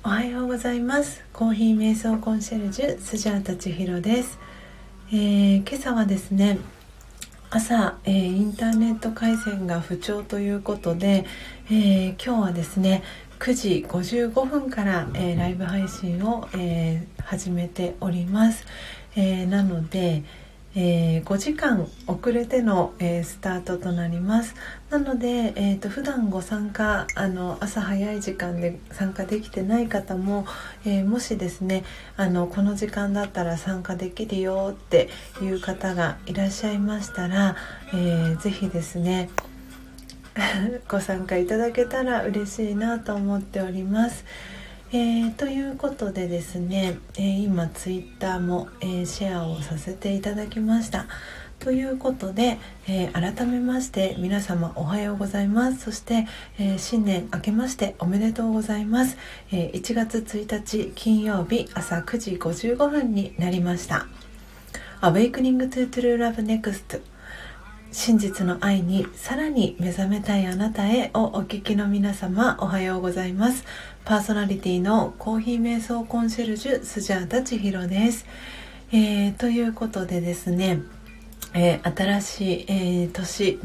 おはようございます。コーヒー瞑想コンシェルジュスジャータ千尋です。今朝はですね、朝、インターネット回線が不調ということで、今日はですね9時55分から、ライブ配信を、始めております。なので5時間遅れての、スタートとなります。なので、普段ご参加朝早い時間で参加できてない方も、もしですねこの時間だったら参加できるよっていう方がいらっしゃいましたら、ぜひですねご参加いただけたら嬉しいなと思っております。ということでですね、今ツイッターも、シェアをさせていただきました。ということで、改めまして皆様おはようございます。そして、新年明けましておめでとうございます。1月1日金曜日朝9時55分になりました。 Awakening to True Love Next、真実の愛にさらに目覚めたいあなたへをお聞きの皆様、おはようございます。パーソナリティのコーヒー瞑想コンシェルジュスジャータ千尋です。ということでですね、新しい、年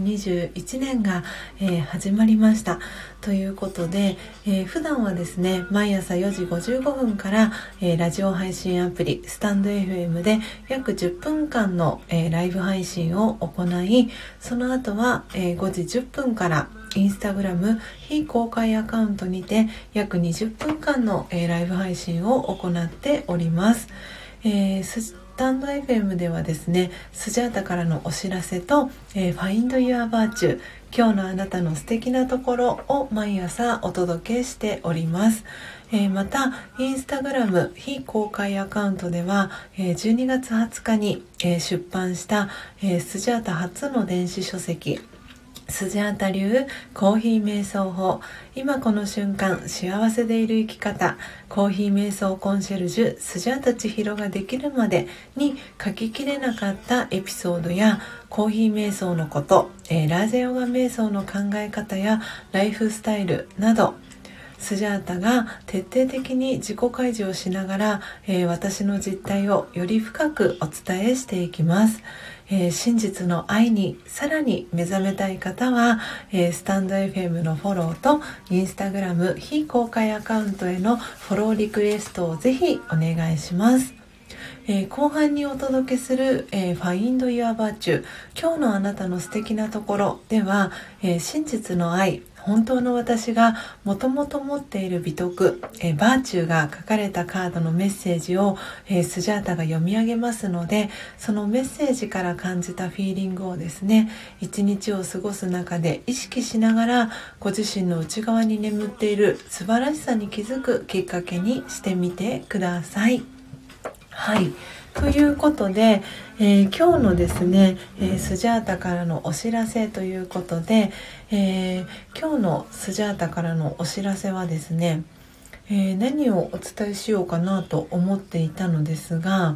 2021年が、始まりました。ということで、普段はですね毎朝4時55分から、ラジオ配信アプリスタンド FM で約10分間の、ライブ配信を行い、その後は、5時10分からインスタグラム非公開アカウントにて約20分間の、ライブ配信を行っております。スタンド FM ではですねスジャータからのお知らせと、Find Your Virtue、 今日のあなたの素敵なところを毎朝お届けしております。またインスタグラム非公開アカウントでは、12月20日に、出版した、スジャータ初の電子書籍スジャータ流コーヒー瞑想法、今この瞬間幸せでいる生き方、コーヒー瞑想コンシェルジュスジャータ千尋ができるまでに書ききれなかったエピソードやコーヒー瞑想のこと、ラージェヨガ瞑想の考え方やライフスタイルなど、スジャータが徹底的に自己開示をしながら、私の実態をより深くお伝えしていきます。真実の愛にさらに目覚めたい方は、スタンド FM のフォローとインスタグラム非公開アカウントへのフォローリクエストをぜひお願いします。後半にお届けする、Find Your Virtue、 今日のあなたの素敵なところでは、真実の愛、本当の私がもともと持っている美徳、バーチューが書かれたカードのメッセージを、スジャータが読み上げますので、そのメッセージから感じたフィーリングをですね一日を過ごす中で意識しながら、ご自身の内側に眠っている素晴らしさに気づくきっかけにしてみてください。はい、ということで、今日のですね、スジャータからのお知らせということで、今日のスジャータからのお知らせはですね、何をお伝えしようかなと思っていたのですが、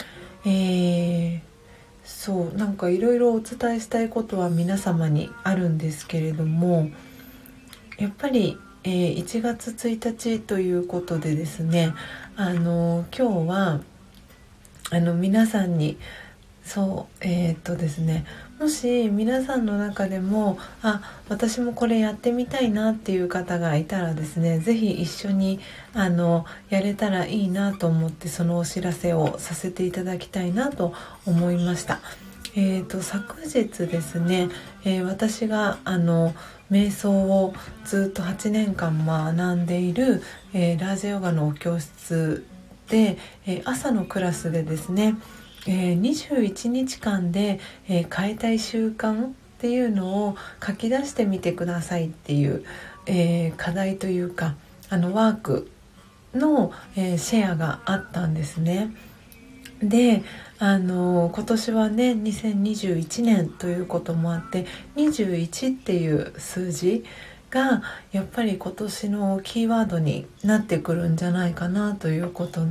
そうなんかいろいろお伝えしたいことは皆様にあるんですけれども、やっぱり、1月1日ということでですね、今日は皆さんにですね、もし皆さんの中でも私もこれやってみたいなっていう方がいたらですね、ぜひ一緒にやれたらいいなと思って、そのお知らせをさせていただきたいなと思いました。昨日ですね、私が瞑想をずっと8年間学んでいる、ラージェヨガの教室で、朝のクラスでですね、21日間で、変えたい習慣っていうのを書き出してみてくださいっていう、課題というかワークの、シェアがあったんですね。で今年はね2021年ということもあって、21っていう数字がやっぱり今年のキーワードになってくるんじゃないかなということ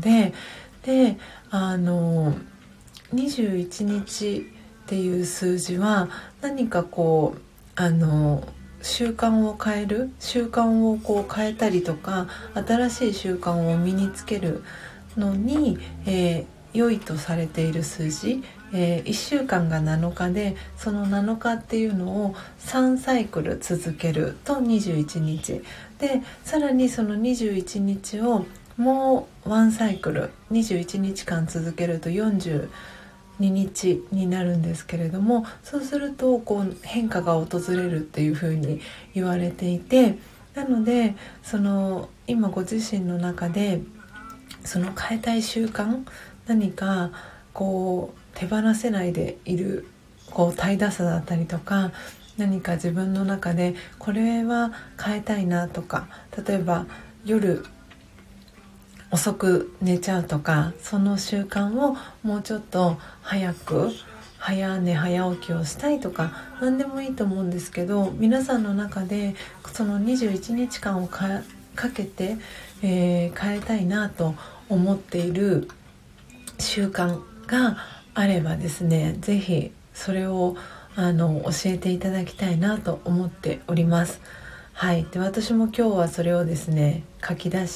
で、21日っていう数字は何かこう習慣を変える、習慣をこう変えたりとか、新しい習慣を身につけるのに、良いとされている数字、1週間が7日で、その7日っていうのを3サイクル続けると21日で、さらにその21日をもう1サイクル21日間続けると42日になるんですけれども、そうするとこう変化が訪れるっていうふうに言われていて、なのでその今ご自身の中でその変えたい習慣、何かこう手放せないでいるこう怠惰さだったりとか、何か自分の中でこれは変えたいなとか、例えば夜遅く寝ちゃうとか、その習慣をもうちょっと早寝早起きをしたいとか、何でもいいと思うんですけど、皆さんの中でその21日間をかけて、変えたいなと思っている習慣があればですね、ぜひそれを教えていただきたいなと思っております。はい、で私も今日はそれをですね書き出して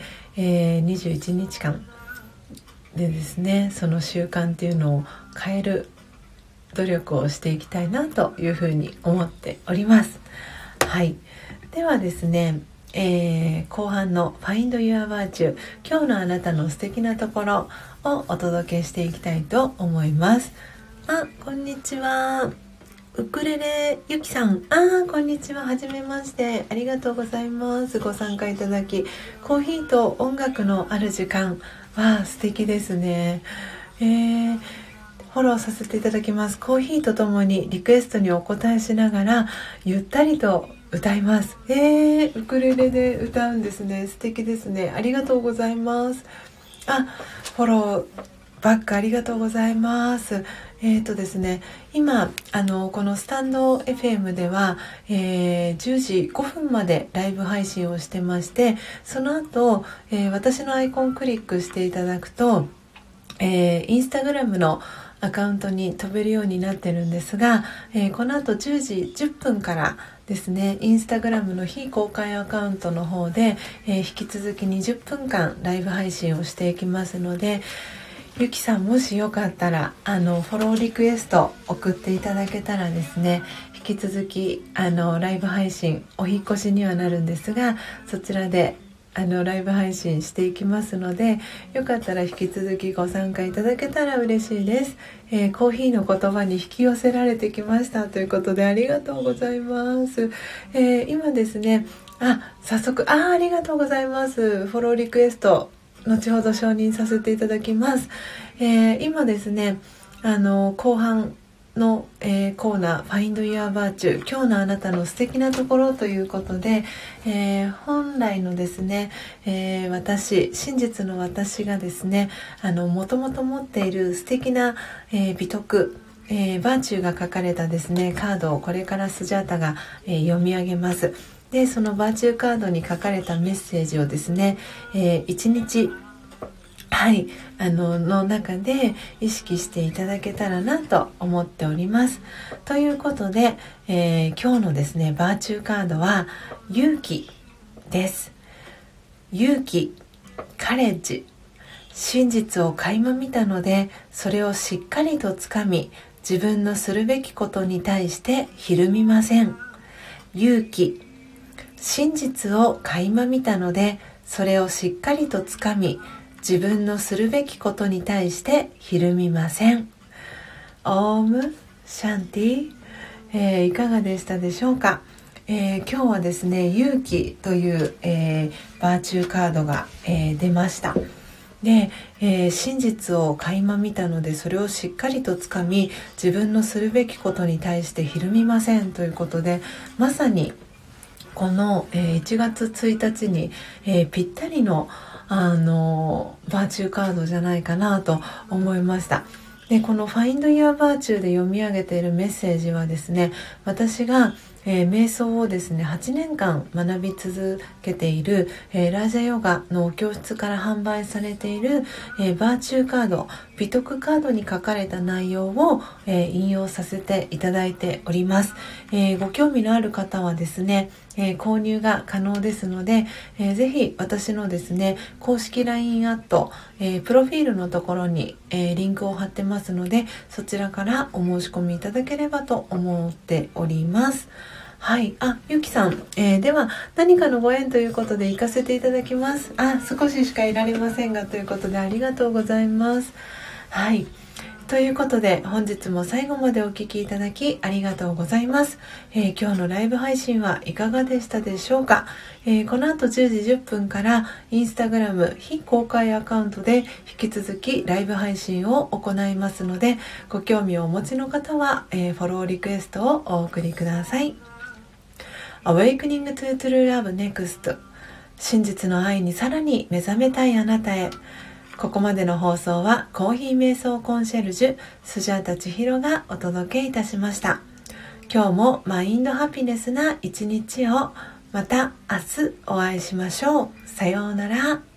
、21日間でですね、その習慣っていうのを変える努力をしていきたいなというふうに思っております。はい、ではですね、後半の Find Your Virtue、 今日のあなたの素敵なところをお届けしていきたいと思います。こんにちは、ウクレレゆきさん。こんにちは、はじめまして、ありがとうございます。ご参加いただき。コーヒーと音楽のある時間は素敵ですね。フォローさせていただきます。コーヒーとともにリクエストにお答えしながらゆったりと歌います。ウクレレで歌うんですね。素敵ですね。ありがとうございます。フォローバックありがとうございます。ですね、今このスタンド FM では、10時5分までライブ配信をしてまして、その後、私のアイコンクリックしていただくと、インスタグラムのアカウントに飛べるようになってるんですが、この後10時10分からですね、インスタグラムの非公開アカウントの方で、引き続き20分間ライブ配信をしていきますので、ゆきさんもしよかったらフォローリクエスト送っていただけたらですね、引き続きライブ配信、お引越しにはなるんですが、そちらでライブ配信していきますので、よかったら引き続きご参加いただけたら嬉しいです。コーヒーの言葉に引き寄せられてきましたということで、ありがとうございます。今ですね、早速ありがとうございます。フォローリクエスト後ほど承認させていただきます。今ですね、後半の、コーナー Find Your Virtue、 今日のあなたの素敵なところということで、本来のですね、真実の私がですね、もともと持っている素敵な、美徳、バーチューが書かれたですねカードをこれからスジャータが、読み上げます。でそのバーチューカードに書かれたメッセージをですね、1日の中で意識していただけたらなと思っております。ということで、今日のですねバーチューカードは勇気です。勇気、カレッジ、真実を垣間見たのでそれをしっかりとつかみ、自分のするべきことに対してひるみません。勇気、真実を垣間見たのでそれをしっかりとつかみ、自分のするべきことに対してひるみません。オームシャンティ、いかがでしたでしょうか。今日はですね勇気という、バーチューカードが、出ました。で、真実を垣間見たのでそれをしっかりとつかみ、自分のするべきことに対してひるみませんということで、まさにこの、1月1日に、ぴったりの、バーチューカードじゃないかなと思いました。でこの Find Your Virtue で読み上げているメッセージはですね、私が、 瞑想をですね8年間学び続けている、ラージャヨガの教室から販売されている、バーチューカード、美徳カードに書かれた内容を、引用させていただいております。ご興味のある方はですね、購入が可能ですので、ぜひ私のですね公式 LINE アット、プロフィールのところに、リンクを貼ってますので、そちらからお申し込みいただければと思っております。はい、ゆきさん、では何かのご縁ということで行かせていただきます。少ししかいられませんがということでありがとうございます。はい、ということで本日も最後までお聞きいただきありがとうございます。今日のライブ配信はいかがでしたでしょうか。この後10時10分からインスタグラム非公開アカウントで引き続きライブ配信を行いますので、ご興味をお持ちの方は、フォローリクエストをお送りください。Awakening to True Love Next、 真実の愛にさらに目覚めたいあなたへ。ここまでの放送はコーヒー瞑想コンシェルジュスジャータ千尋がお届けいたしました。今日もマインドハピネスな一日を。また明日お会いしましょう。さようなら。